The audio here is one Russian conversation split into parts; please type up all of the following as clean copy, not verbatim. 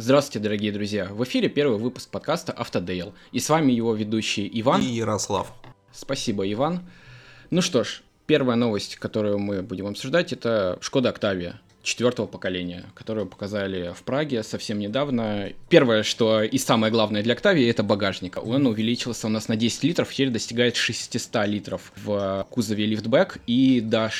Здравствуйте, дорогие друзья! В эфире первый выпуск подкаста «Автодейл». И с вами его ведущий Иван. И Ярослав. Спасибо, Иван. Ну что ж, первая новость, которую мы будем обсуждать, это Шкода Октавия 4-го поколения, которую показали в Праге совсем недавно. Первое, что и самое главное для Октавии, это багажник. Он увеличился у нас на 10 литров, теперь достигает 600 литров в кузове лифтбэк и до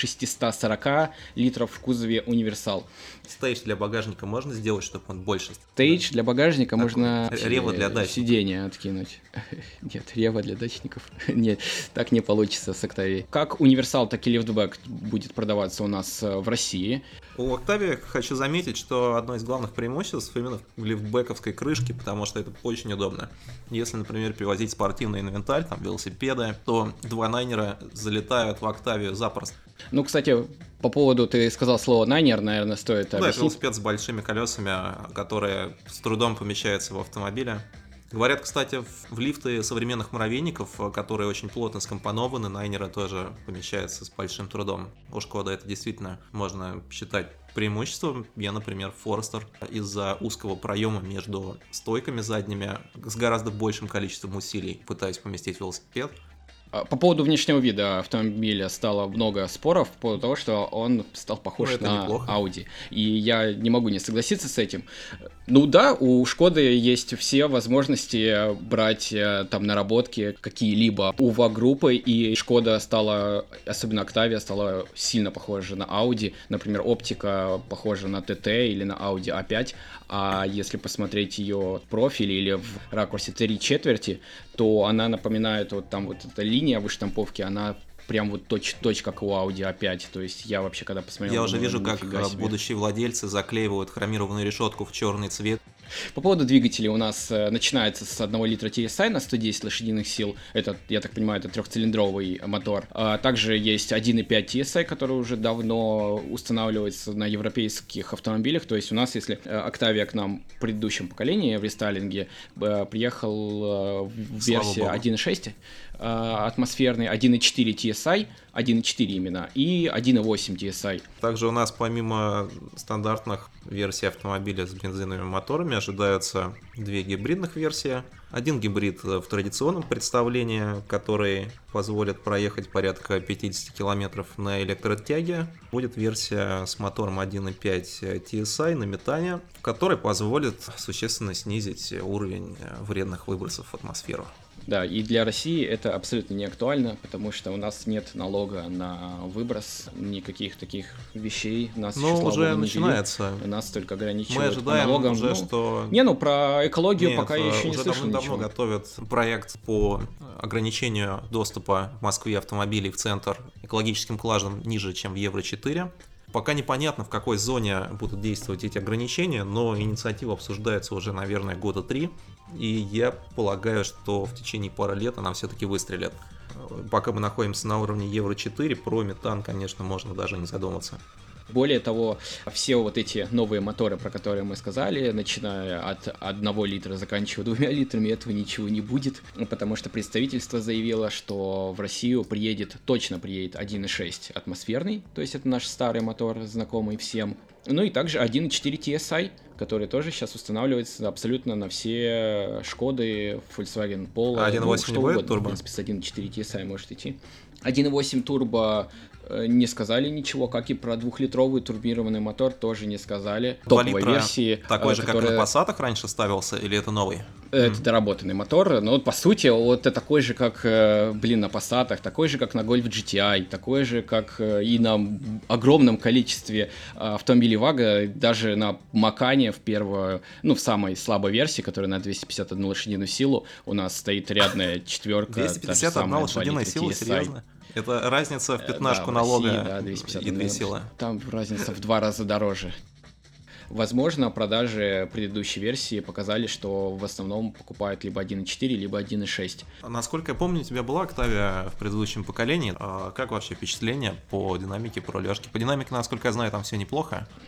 640 литров в кузове универсал. Стейдж для багажника можно сделать, чтобы он больше? Стейдж для багажника Такой, можно рева для дачников. Сиденье откинуть. Нет, рева для дачников. Нет, так не получится с Октавией. Как универсал, так и лифтбэк будет продаваться у нас в России. У Октавии хочу заметить, что одно из главных преимуществ именно в лифтбэковской крышке, потому что это очень удобно. Если, например, перевозить спортивный инвентарь, там велосипеды, то два найнера залетают в Октавию запросто. Ну, кстати, по поводу, ты сказал слово найнер, наверное, стоит объяснить. Да, это велосипед с большими колесами, которые с трудом помещаются в автомобиле. Говорят, кстати, в лифты современных муравейников, которые очень плотно скомпонованы, найнеры тоже помещаются с большим трудом. У Шкоды это действительно можно считать преимуществом. Я, например, Форестер из-за узкого проема между стойками задними с гораздо большим количеством усилий пытаюсь поместить велосипед. По поводу внешнего вида автомобиля стало много споров по поводу того, что он стал похож на Audi. И я не могу не согласиться с этим. Ну да, у Шкоды есть все возможности брать там наработки какие-либо у ВАГ-группы, и Шкода стала, особенно Октавия, стала сильно похожа на Audi. Например, оптика похожа на ТТ или на Audi A5, а если посмотреть ее в профиле или в ракурсе 3/4, то она напоминает вот там вот эта линия выштамповки, она прям вот точь-в-точь, как у Audi A5. То есть я вообще, когда посмотрел... Я уже вижу, как будущие владельцы заклеивают хромированную решетку в черный цвет. По поводу двигателей у нас начинается с 1 литра TSI на 110 лошадиных сил. Это, я так понимаю, это трехцилиндровый мотор. Также есть 1.5 TSI, который уже давно устанавливается на европейских автомобилях. То есть у нас, если Октавия к нам в предыдущем поколении в рестайлинге приехал в версии 1.6 атмосферный, 1.4 TSI, 1.4 именно, и 1.8 TSI. Также у нас помимо стандартных версий автомобиля с бензиновыми моторами ожидаются две гибридных версии. Один гибрид в традиционном представлении, который позволит проехать порядка 50 километров на электротяге. Будет версия с мотором 1.5 TSI на метане, который позволит существенно снизить уровень вредных выбросов в атмосферу. Да, и для России это абсолютно не актуально, потому что у нас нет налога на выброс, никаких таких вещей. Нас еще, слава уже богу, начинается. У нас только ограничивают Мы ожидаем по налогам. Уже, что... про экологию пока еще не слышал ничего. Уже давно готовят проект по ограничению доступа в Москве автомобилей в центр экологическим классом ниже, чем в Евро-4. Пока непонятно, в какой зоне будут действовать эти ограничения, но инициатива обсуждается уже, наверное, года 3. И я полагаю, что в течение пары лет она все-таки выстрелит. Пока мы находимся на уровне Евро-4, про метан, конечно, можно даже не задуматься. Более того, все вот эти новые моторы, про которые мы сказали, начиная от 1 литра, заканчивая 2 литрами, этого ничего не будет, потому что представительство заявило, что в Россию точно приедет 1.6 атмосферный, то есть это наш старый мотор, знакомый всем, ну и также 1.4 TSI, который тоже сейчас устанавливается абсолютно на все Шкоды, Volkswagen Polo, 1.8 не будет турбо? В принципе, с 1.4 TSI может идти. 1.8 турбо не сказали ничего, как и про 2-литровый турбированный мотор тоже не сказали. 2 литра версии, такой же, как на Passat'ах раньше ставился, или это новый? Это доработанный мотор, но по сути вот это такой же, как, на Passat'ах, такой же, как на Golf GTI, такой же, как и на огромном количестве автомобилей ВАГа, даже на Макане в самой слабой версии, которая на 251 лошадиную силу, у нас стоит рядная четверка. 251 лошадиная сила, серьезно? Это разница в пятнашку налога и 2 силы. Там разница в 2 раза дороже. Возможно, продажи предыдущей версии показали, что в основном покупают либо 1.4, либо 1.6. Насколько я помню, у тебя была Октавия в предыдущем поколении. Как вообще впечатление по динамике, по рулежке? По динамике, насколько я знаю, там все неплохо.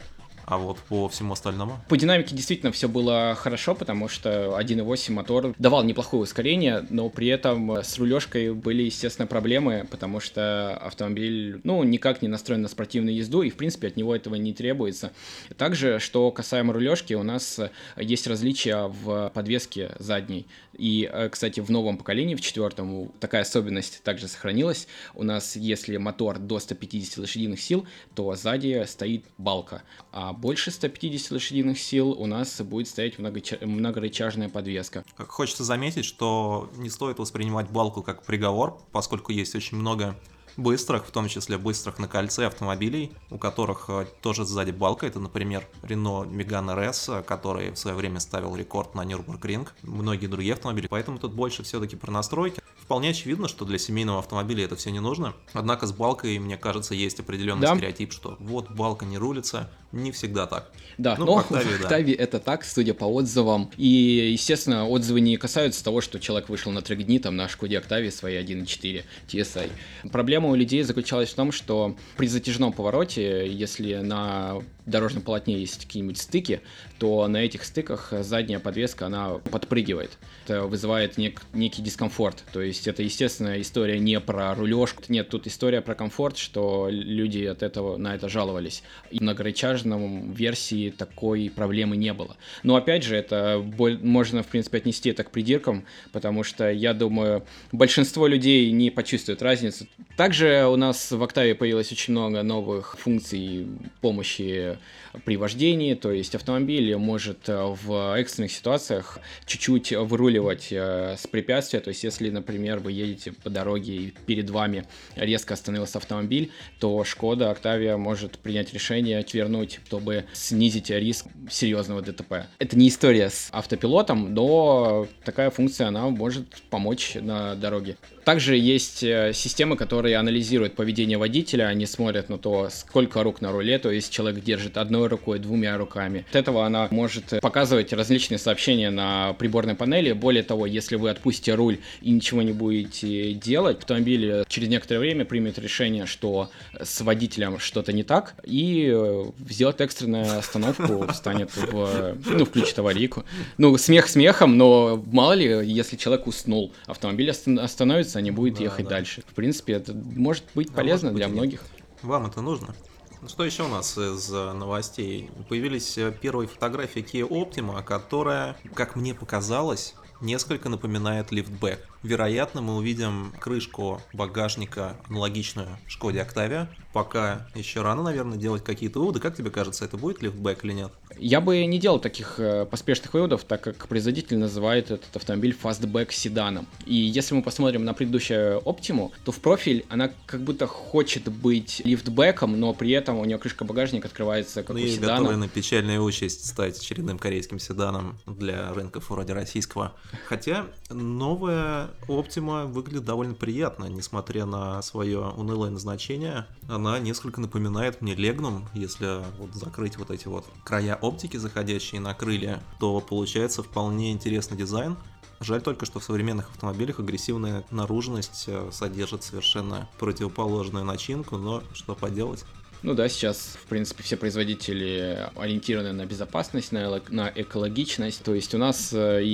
А вот по всему остальному? По динамике действительно все было хорошо, потому что 1.8 мотор давал неплохое ускорение, но при этом с рулежкой были, естественно, проблемы, потому что автомобиль, никак не настроен на спортивную езду, и, в принципе, от него этого не требуется. Также, что касаемо рулежки, у нас есть различия в подвеске задней. И, кстати, в новом поколении, в 4-м, такая особенность также сохранилась. У нас, если мотор до 150 лошадиных сил, то сзади стоит балка, а больше 150 лошадиных сил у нас будет стоять многорычажная подвеска. Хочется заметить, что не стоит воспринимать балку как приговор, поскольку есть очень много быстрых, в том числе быстрых на кольце автомобилей, у которых тоже сзади балка. Это, например, Renault Megane RS, который в свое время ставил рекорд на Нюрбургринг, многие другие автомобили. Поэтому тут больше все-таки про настройки. Вполне очевидно, что для семейного автомобиля это все не нужно. Однако с балкой, мне кажется, есть определенный стереотип, что вот балка не рулится. Не всегда так. Да, но в Octavia это так, судя по отзывам. И, естественно, отзывы не касаются того, что человек вышел на трек дни там на Шкоде Octavia своей 1.4 TSI. Проблема у людей заключалась в том, что при затяжном повороте, если на дорожном полотне есть какие-нибудь стыки, то на этих стыках задняя подвеска, она подпрыгивает. Это вызывает некий дискомфорт. То есть это, естественно, история не про рулежку. Нет, тут история про комфорт, что люди на это жаловались. И в многорычажном версии такой проблемы не было. Но опять же, это можно, в принципе, отнести это к придиркам, потому что, я думаю, большинство людей не почувствует разницу. Также у нас в Octavia появилось очень много новых функций помощи при вождении, то есть автомобиль может в экстренных ситуациях чуть-чуть выруливать с препятствия, то есть если, например, вы едете по дороге и перед вами резко остановился автомобиль, то Шкода Octavia может принять решение свернуть, чтобы снизить риск серьезного ДТП. Это не история с автопилотом, но такая функция, она может помочь на дороге. Также есть системы, которые анализируют поведение водителя, они смотрят на то, сколько рук на руле, то есть человек держит одной рукой, двумя руками. От этого она может показывать различные сообщения на приборной панели. Более того, если вы отпустите руль и ничего не будете делать, автомобиль через некоторое время примет решение, что с водителем что-то не так, и сделает экстренную остановку, встанет включит аварийку. Смех смехом, но мало ли, если человек уснул, автомобиль остановится, а не будет ехать дальше. В принципе, это может быть полезно для многих. Вам это нужно? Что еще у нас из новостей? Появились первые фотографии Kia Optima, которая, как мне показалось, несколько напоминает лифтбэк. Вероятно, мы увидим крышку багажника, аналогичную Шкоде Octavia. Пока еще рано, наверное, делать какие-то выводы. Как тебе кажется, это будет лифтбэк или нет? Я бы не делал таких поспешных выводов, так как производитель называет этот автомобиль фастбэк седаном. И если мы посмотрим на предыдущую Optima, то в профиль она как будто хочет быть лифтбэком, но при этом у нее крышка багажника открывается как у седана. Готовы на печальную участь стать очередным корейским седаном для рынков вроде российского. Хотя новая Optima выглядит довольно приятно, несмотря на свое унылое назначение. Она несколько напоминает мне Legnum. Если закрыть эти края оптики, заходящие на крылья, то получается вполне интересный дизайн. Жаль только, что в современных автомобилях агрессивная наружность содержит совершенно противоположную начинку, но что поделать. Сейчас, в принципе, все производители ориентированы на безопасность, на экологичность. То есть у нас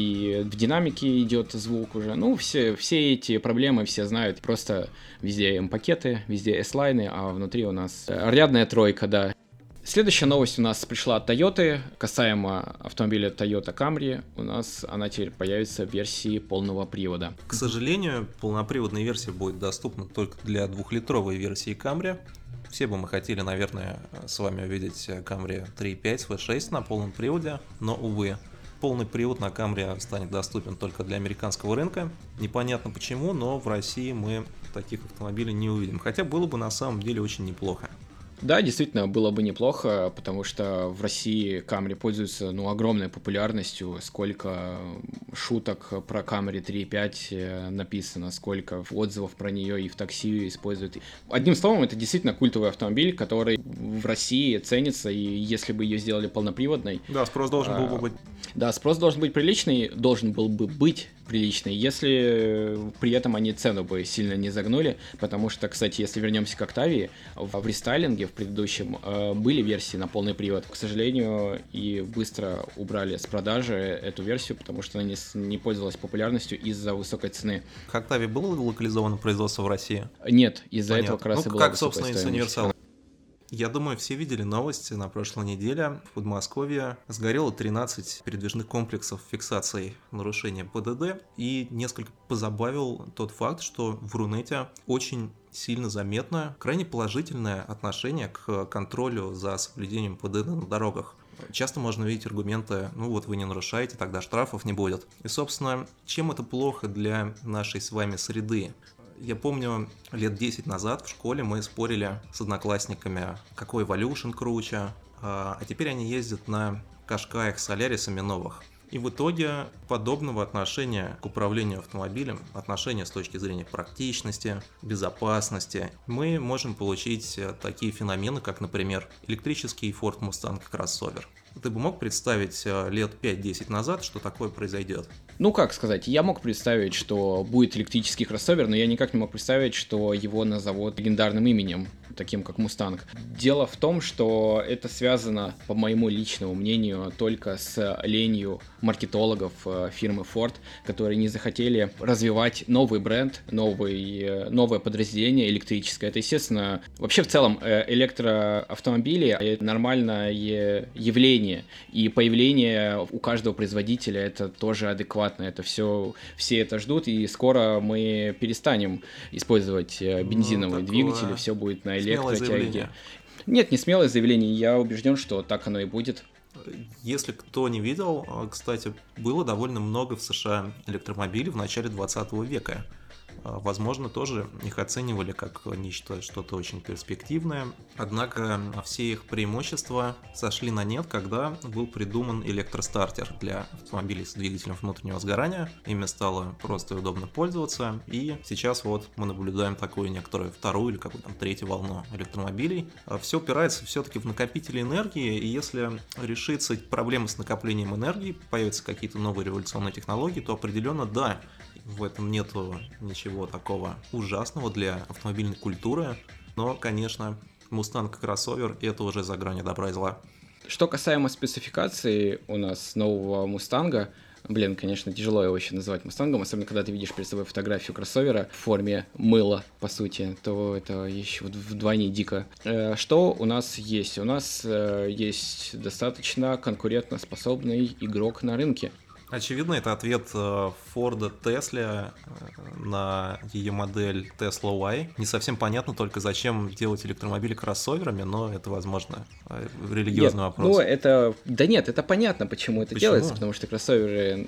и в динамике идет звук уже. Все эти проблемы все знают. Просто везде М-пакеты, везде S-лайны, а внутри у нас рядная тройка, да. Следующая новость у нас пришла от Toyota. Касаемо автомобиля Toyota Camry, у нас она теперь появится в версии полного привода. К сожалению, полноприводная версия будет доступна только для 2-литровой версии Camry. Все бы мы хотели, наверное, с вами увидеть Camry 3.5 V6 на полном приводе, но, увы, полный привод на Camry станет доступен только для американского рынка. Непонятно почему, но в России мы таких автомобилей не увидим, хотя было бы на самом деле очень неплохо. Да, действительно, было бы неплохо, потому что в России Camry пользуется огромной популярностью. Сколько шуток про Camry 3.5 написано, сколько отзывов про нее и в такси используют. Одним словом, это действительно культовый автомобиль, который в России ценится, и если бы ее сделали полноприводной... Да, спрос должен был бы быть. Да, спрос должен быть приличный, должен был бы быть приличные, если при этом они цену бы сильно не загнули, потому что, кстати, если вернемся к Octavia, в рестайлинге в предыдущем были версии на полный привод, к сожалению, и быстро убрали с продажи эту версию, потому что она не пользовалась популярностью из-за высокой цены. Octavia было локализовано производство в России? Нет, из-за этого как раз и была как, собственно, и с универсалом. Я думаю, все видели новости на прошлой неделе. В Подмосковье сгорело 13 передвижных комплексов фиксации нарушения ПДД. И несколько позабавил тот факт, что в Рунете очень сильно заметно крайне положительное отношение к контролю за соблюдением ПДД на дорогах. Часто можно видеть аргументы, ну вот вы не нарушаете, тогда штрафов не будет. И, собственно, чем это плохо для нашей с вами среды? Я помню, лет 10 назад в школе мы спорили с одноклассниками, какой Evolution круче, а теперь они ездят на Кашкаях с Солярисами новых. И в итоге подобного отношения к управлению автомобилем, отношения с точки зрения практичности, безопасности, мы можем получить такие феномены, как, например, электрический Ford Mustang кроссовер. Ты бы мог представить лет 5-10 назад, что такое произойдет? Ну, как сказать, я мог представить, что будет электрический кроссовер, но я никак не мог представить, что его назовут легендарным именем, таким как Мустанг. Дело в том, что это связано, по моему личному мнению, только с ленью маркетологов фирмы Ford, которые не захотели развивать новый бренд, новое подразделение электрическое. Это, естественно, вообще в целом электроавтомобили — это нормальное явление, и появление у каждого производителя — это тоже адекватно. Это все это ждут, и скоро мы перестанем использовать бензиновые двигатели, все будет на электротяге. Нет, не смелое заявление, я убежден, что так оно и будет. Если кто не видел, кстати, было довольно много в США электромобилей в начале 20 века. Возможно, тоже их оценивали как нечто, что-то очень перспективное. Однако все их преимущества сошли на нет, когда был придуман электростартер для автомобилей с двигателем внутреннего сгорания. Ими стало просто и удобно пользоваться. И сейчас вот мы наблюдаем такую некоторую вторую или какую-то третью волну электромобилей. Все упирается все-таки в накопители энергии, и если решится проблема с накоплением энергии, появятся какие-то новые революционные технологии, то определенно да, в этом нету ничего такого ужасного для автомобильной культуры, но, конечно, Mustang кроссовер — это уже за гранью добра и зла. Что касаемо спецификации у нас нового Мустанга, конечно, тяжело его еще называть Мустангом, особенно когда ты видишь перед собой фотографию кроссовера в форме мыла, по сути, то это еще вдвойне дико. Что у нас есть? У нас есть достаточно конкурентоспособный игрок на рынке. Очевидно, это ответ Форда Тесле на ее модель Tesla Y. Не совсем понятно только, зачем делать электромобили кроссоверами, но это, возможно, религиозный вопрос. Это понятно, почему это делается, потому что кроссоверы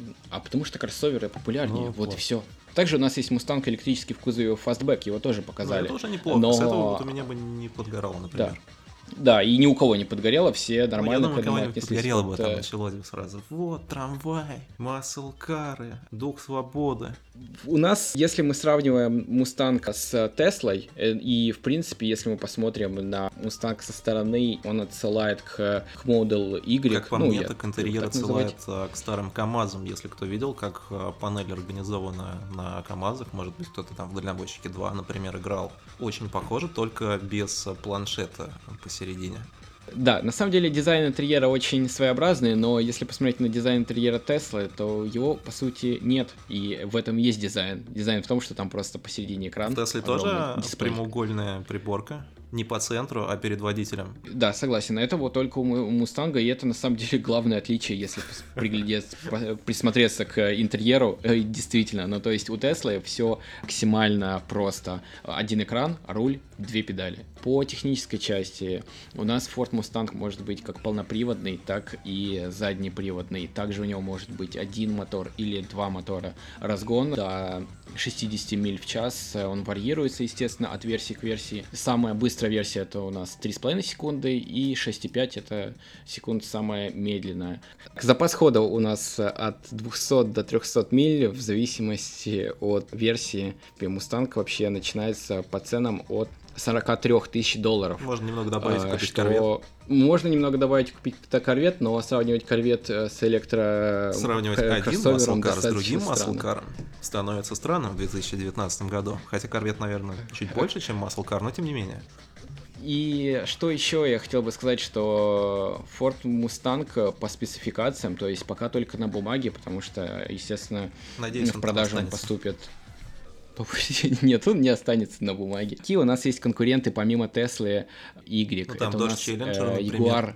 популярнее, вот и все. Также у нас есть Mustang электрический в кузове Fastback, его тоже показали. Это уже неплохо, с этого у меня бы не подгорало, например. Да, и ни у кого не подгорело, все нормально к этому отнеслись. Подгорело бы, там началось бы сразу. Вот, трамвай, маслкары, дух свободы. У нас, если мы сравниваем Mustang с Теслой, и, в принципе, если мы посмотрим на Mustang со стороны, он отсылает к Model Y. Как по мне, так интерьер отсылает к старым КамАЗам. Если кто видел, как панель организована на КамАЗах, может быть, кто-то там в дальнобойщике 2, например, играл. Очень похоже, только без планшета посередине. Да, на самом деле дизайн интерьера очень своеобразный, но если посмотреть на дизайн интерьера Теслы, то его, по сути, нет, и в этом есть дизайн. Дизайн в том, что там просто посередине экран. В Тесле тоже прямоугольная приборка? Не по центру, а перед водителем. Да, согласен. Это вот только у Мустанга, и это на самом деле главное отличие, если присмотреться к интерьеру. Действительно, то есть у Теслы все максимально просто. Один экран, руль, две педали. По технической части у нас Ford Mustang может быть как полноприводный, так и заднеприводный. Также у него может быть один мотор или два мотора. Разгон до 60 миль в час, он варьируется, естественно, от версии к версии. Самая быстрая версия — это у нас 3,5 секунды, и 6,5 это секунд самая медленная. Запас хода у нас от 200 до 300 миль в зависимости от версии. Mustang вообще начинается по ценам от 43 тысяч долларов. Можно немного добавить, купить корвет. Можно немного добавить, купить корвет, но сравнивать корвет с Сравнивать один маслкар с другим маслкаром становится странным в 2019 году. Хотя корвет, наверное, чуть больше, чем маслкар, но тем не менее. И что еще я хотел бы сказать, что Ford Mustang по спецификациям, то есть пока только на бумаге, потому что, естественно, надеюсь, в продажу он поступит. Нет, он не останется на бумаге. Какие у нас есть конкуренты помимо Tesla Y? Ну, там это у нас Jaguar.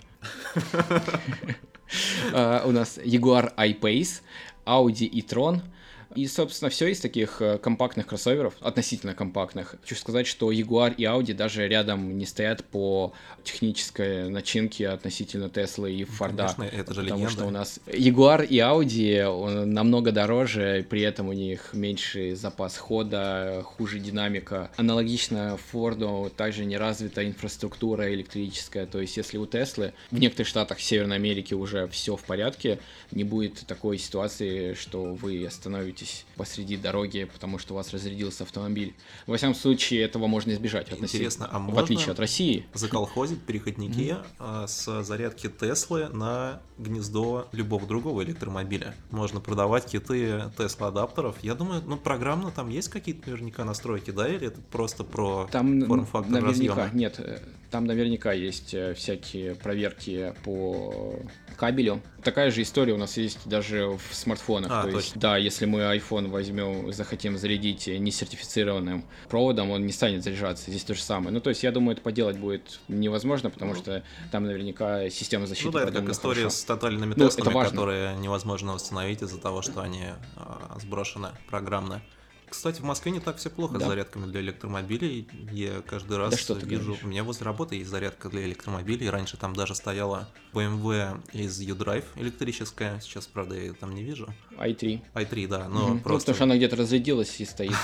У нас Jaguar I-Pace, Audi e-tron. И, собственно, все из таких компактных кроссоверов, относительно компактных. Хочу сказать, что Jaguar и Audi даже рядом не стоят по технической начинке относительно Tesla и Ford. Конечно, это же потому легенда. что у нас Jaguar и Audi намного дороже, при этом у них меньший запас хода, хуже динамика. Аналогично Ford также не развита инфраструктура электрическая. То есть, если у Tesla в некоторых штатах Северной Америки уже все в порядке, не будет такой ситуации, что вы остановитесь посреди дороги, потому что у вас разрядился автомобиль. Во всяком случае, этого можно избежать. Интересно, а в отличие от России. Заколхозить переходники с зарядки Теслы на гнездо любого другого электромобиля? Можно продавать киты Tesla адаптеров. Я думаю, программно там есть какие-то наверняка настройки, да? Или это просто про форм-фактор разъема? Нет, там наверняка есть всякие проверки по кабелю. Такая же история у нас есть даже в смартфонах. То есть, да, если мы iPhone возьмем, захотим зарядить несертифицированным проводом, он не станет заряжаться. Здесь то же самое. Ну, то есть, я думаю, это поделать будет невозможно, потому что там наверняка система защиты. Ну да, это как история хорошо. С тотальными Теслами, которые невозможно восстановить из-за того, что они сброшены программно. Кстати, в Москве не так все плохо с зарядками для электромобилей. Я каждый раз вижу, у меня возле работы есть зарядка для электромобилей. Раньше там даже стояла BMW из U-Drive электрическая. Сейчас, правда, я ее там не вижу. i3, да. Но просто... потому что она где-то разрядилась и стоит.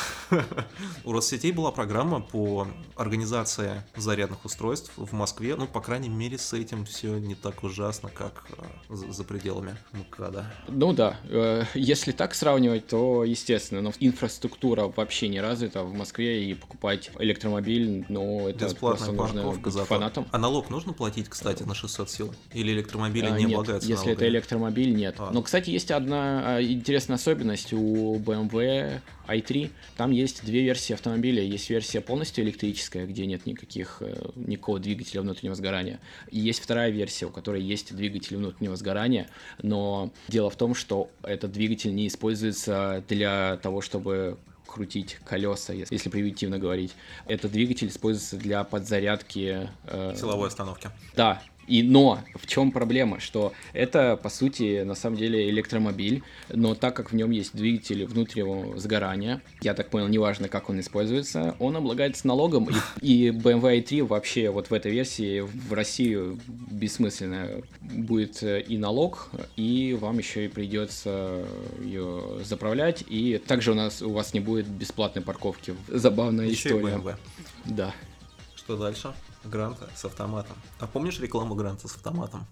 У Россетей была программа по организации зарядных устройств в Москве. Ну, по крайней мере, с этим все не так ужасно, как за пределами МКАДа. Ну да, если так сравнивать, то естественно, но инфраструктура вообще не развита в Москве, и покупать электромобиль, ну, это бесплатная просто нужно быть фанатом. А налог нужно платить, кстати, на 600 сил? Или электромобили не нет, облагаются если налогами? это электромобиль, нет. Но, кстати, есть одна интересная особенность у BMW i3. Там есть две версии автомобиля. Есть версия полностью электрическая, где нет никакого двигателя внутреннего сгорания. И есть вторая версия, у которой есть двигатель внутреннего сгорания, но дело в том, что этот двигатель не используется для того, чтобы крутить колеса, если примитивно говорить. Этот двигатель используется для подзарядки... силовой остановки. Да. Но в чем проблема? Что это, по сути, на самом деле электромобиль, но так как в нем есть двигатель внутреннего сгорания, я так понял, неважно, как он используется, он облагается налогом, и BMW i3 вообще вот в этой версии в Россию бессмысленно будет и налог, и вам еще и придется ее заправлять, и также у вас не будет бесплатной парковки. Забавная еще история. И BMW. Да. Что дальше? Гранта с автоматом. А помнишь рекламу Гранта с автоматом?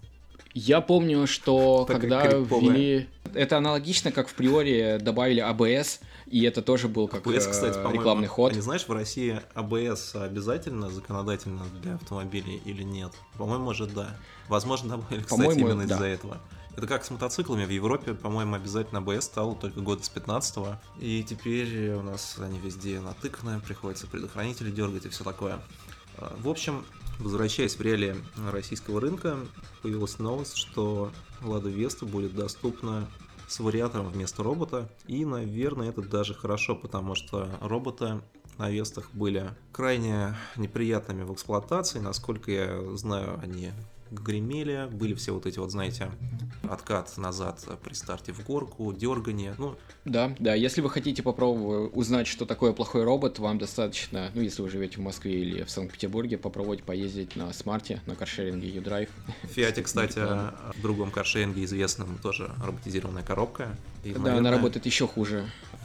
Я помню, что так когда ввели... Это аналогично, как в Приоре добавили ABS, и это тоже был как ABS, кстати, рекламный ход. А не знаешь, в России ABS обязательно законодательно для автомобилей или нет? По-моему, может, да. Возможно, добавили, кстати, именно из-за этого. Это как с мотоциклами. В Европе, по-моему, обязательно ABS стало только года с 15-го. И теперь у нас они везде натыканы, приходится предохранители дергать и все такое. В общем, возвращаясь в реалии российского рынка, появилась новость, что Lada Vesta будет доступна с вариатором вместо робота. И, наверное, это даже хорошо, потому что роботы на Вестах были крайне неприятными в эксплуатации. Насколько я знаю, они гремели, были все вот эти вот, знаете, откат назад при старте в горку, дергание. Да, если вы хотите попробовать узнать, что такое плохой робот, вам достаточно, если вы живете в Москве или в Санкт-Петербурге, попробовать поездить на смарте, на каршеринге U-Drive. В Фиате, кстати, в другом каршеринге известном тоже роботизированная коробка. И, наверное... она работает еще хуже.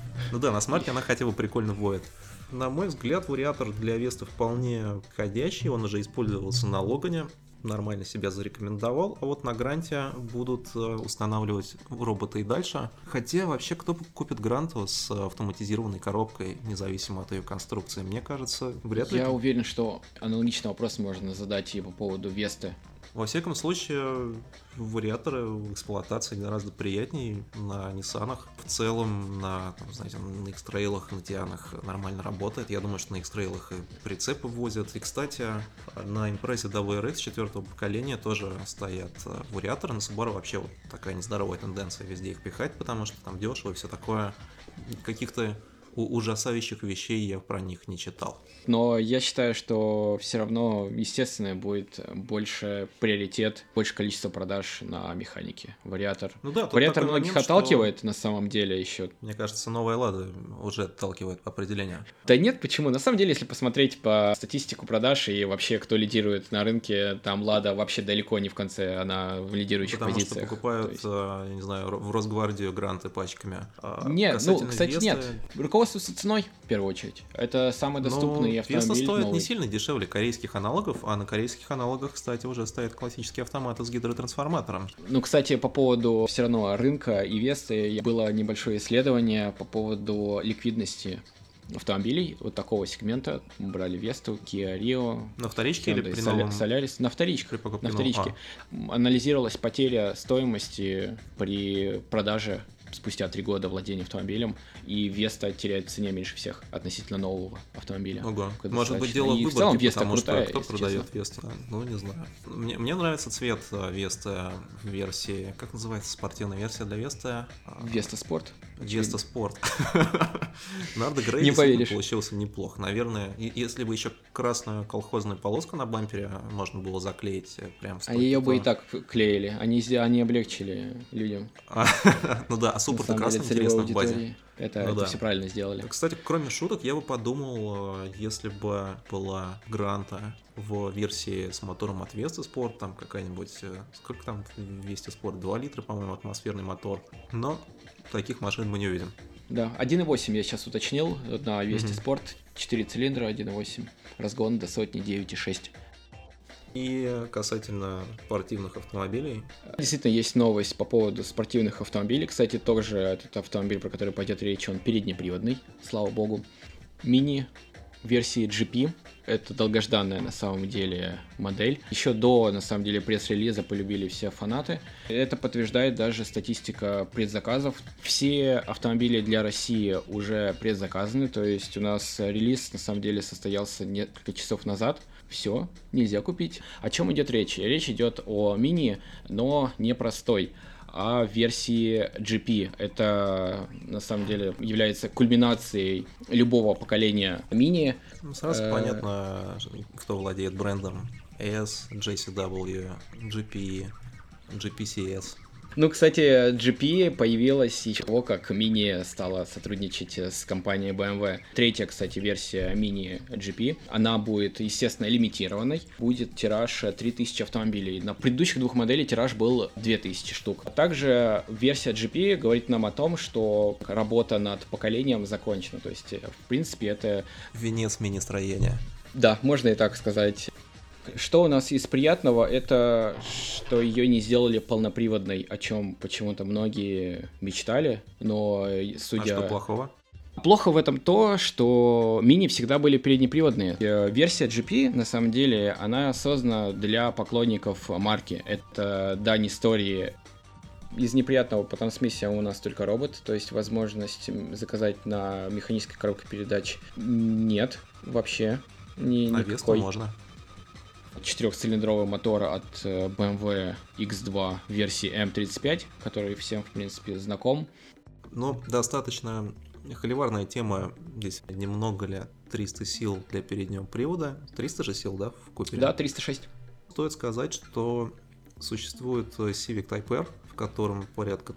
На смарте она хотя бы прикольно воет. На мой взгляд, вариатор для Весты вполне ходячий, он уже использовался на Логане. нормально себя зарекомендовал, а вот на Гранте будут устанавливать робота и дальше. Хотя вообще кто купит Гранту с автоматизированной коробкой, независимо от ее конструкции? Мне кажется, вряд ли. Я уверен, что аналогичный вопрос можно задать и по поводу Весты. Во всяком случае, вариаторы в эксплуатации гораздо приятнее на Ниссанах. В целом, на X-Trail'ах, на Тианах нормально работает. Я думаю, что на X-Trail'ах и прицепы возят. И, кстати, на Impreza WRX 4-го поколения тоже стоят вариаторы. На Subaru вообще вот такая нездоровая тенденция везде их пихать, потому что там дешево и все такое. Каких-то ужасающих вещей я про них не читал. Но я считаю, что все равно, естественно, будет больше приоритет, больше количество продаж на механике. Вариатор. Ну да, Вариатор многих момент, отталкивает на самом деле еще. Мне кажется, новая Лада уже отталкивает по определению. Да нет, почему? На самом деле, если посмотреть по статистику продаж и вообще кто лидирует на рынке, там Лада вообще далеко не в конце, она в лидирующих позициях. Потому что покупают, я не знаю, в Росгвардию гранты пачками. Нет, кстати, нет. Руководствуются ценой, в первую очередь. Это самый доступный автомобиль. Веста стоит новый. Не сильно дешевле корейских аналогов, а на корейских аналогах, кстати, уже стоят классические автоматы с гидротрансформатором. Кстати, по поводу все равно рынка и Весты было небольшое исследование по поводу ликвидности автомобилей вот такого сегмента. Мы брали Весту, Kia Rio. На вторичке или при новом? Solaris. На вторичке. На вторичке. Анализировалась потеря стоимости при продаже спустя 3 года владения автомобилем, и Веста теряет в цене меньше всех относительно нового автомобиля. Ого. Может быть, дело в выборке, в целом, Веста потому крутая, что кто продает Весту? Ну, не знаю. Мне нравится цвет Весты в версии... Как называется спортивная версия для Весты? Веста Спорт. Веста Спорт. Нардо Грей действительно получился неплохо. Наверное, если бы еще красную колхозную полоску на бампере можно было заклеить прям... А ее бы и так клеили. Они облегчили людям. Ну да, а супер-то красный интересно в базе. Это все правильно сделали. Кстати, кроме шуток, я бы подумал, если бы была Гранта в версии с мотором от Веста Спорт, там какая-нибудь, сколько там в Весте Спорт, 2 литра, по-моему, атмосферный мотор, но таких машин мы не увидим. Да, 1.8 я сейчас уточнил на Весте Спорт, 4 цилиндра, 1.8, разгон до сотни 9.6. И касательно спортивных автомобилей. Действительно, есть новость по поводу спортивных автомобилей. Кстати, тоже этот автомобиль, про который пойдет речь, он переднеприводный, слава богу. Мини версии GP. Это долгожданная на самом деле модель. Еще до, на самом деле, пресс-релиза полюбили все фанаты. Это подтверждает даже статистика предзаказов. Все автомобили для России уже предзаказаны, то есть у нас релиз на самом деле состоялся несколько часов назад. Все, нельзя купить. О чем идет речь? Речь идет о мини, но не простой, а версии GP. Это, на самом деле, является кульминацией любого поколения мини. Сразу понятно, кто владеет брендом. S, JCW, GP, GPCS. Кстати, GP появилась еще того, как Mini стала сотрудничать с компанией BMW. Третья, кстати, версия Mini GP. Она будет, естественно, лимитированной. Будет тираж 3000 автомобилей. На предыдущих 2 моделей тираж был 2000 штук. Также версия GP говорит нам о том, что работа над поколением закончена. То есть, в принципе, это... Венец мини-строения. Да, можно и так сказать. Что у нас из приятного, это что ее не сделали полноприводной, о чем почему-то многие мечтали, но судя... А что плохого? Плохо в этом то, что мини всегда были переднеприводные. Версия GP, на самом деле, она создана для поклонников марки. Это дань истории. Из неприятного по трансмиссии у нас только робот, то есть возможность заказать на механической коробке передач нет вообще. На Весту можно. 4-цилиндровый мотор от BMW X2 версии M35, который всем, в принципе, знаком. Достаточно холиварная тема. Здесь немного ли 300 сил для переднего привода. 300 же сил, да, в Купере? Да, 306. Стоит сказать, что существует Civic Type R, в котором порядка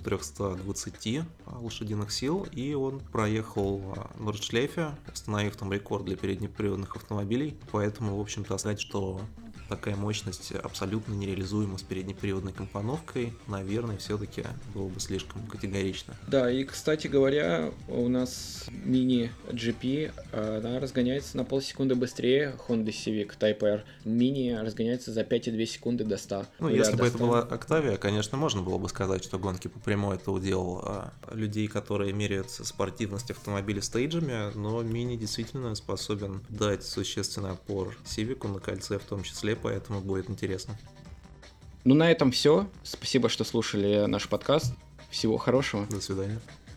320 лошадиных сил, и он проехал в Нордшлейфе, установив там рекорд для переднеприводных автомобилей. Поэтому, в общем-то, сказать, что такая мощность абсолютно нереализуема с переднеприводной компоновкой, наверное, все-таки было бы слишком категорично. Да, и, кстати говоря, у нас Mini GP, она разгоняется на полсекунды быстрее Honda Civic Type R. Mini разгоняется за 5,2 секунды до 100. Ну, если бы это была Octavia, конечно, можно было бы сказать, что гонки по прямой это удел людей, которые меряются спортивность автомобиля стейджами, но Mini действительно способен дать существенный отпор Civic на кольце в том числе, поэтому будет интересно. Ну, на этом все. Спасибо, что слушали наш подкаст. Всего хорошего. До свидания.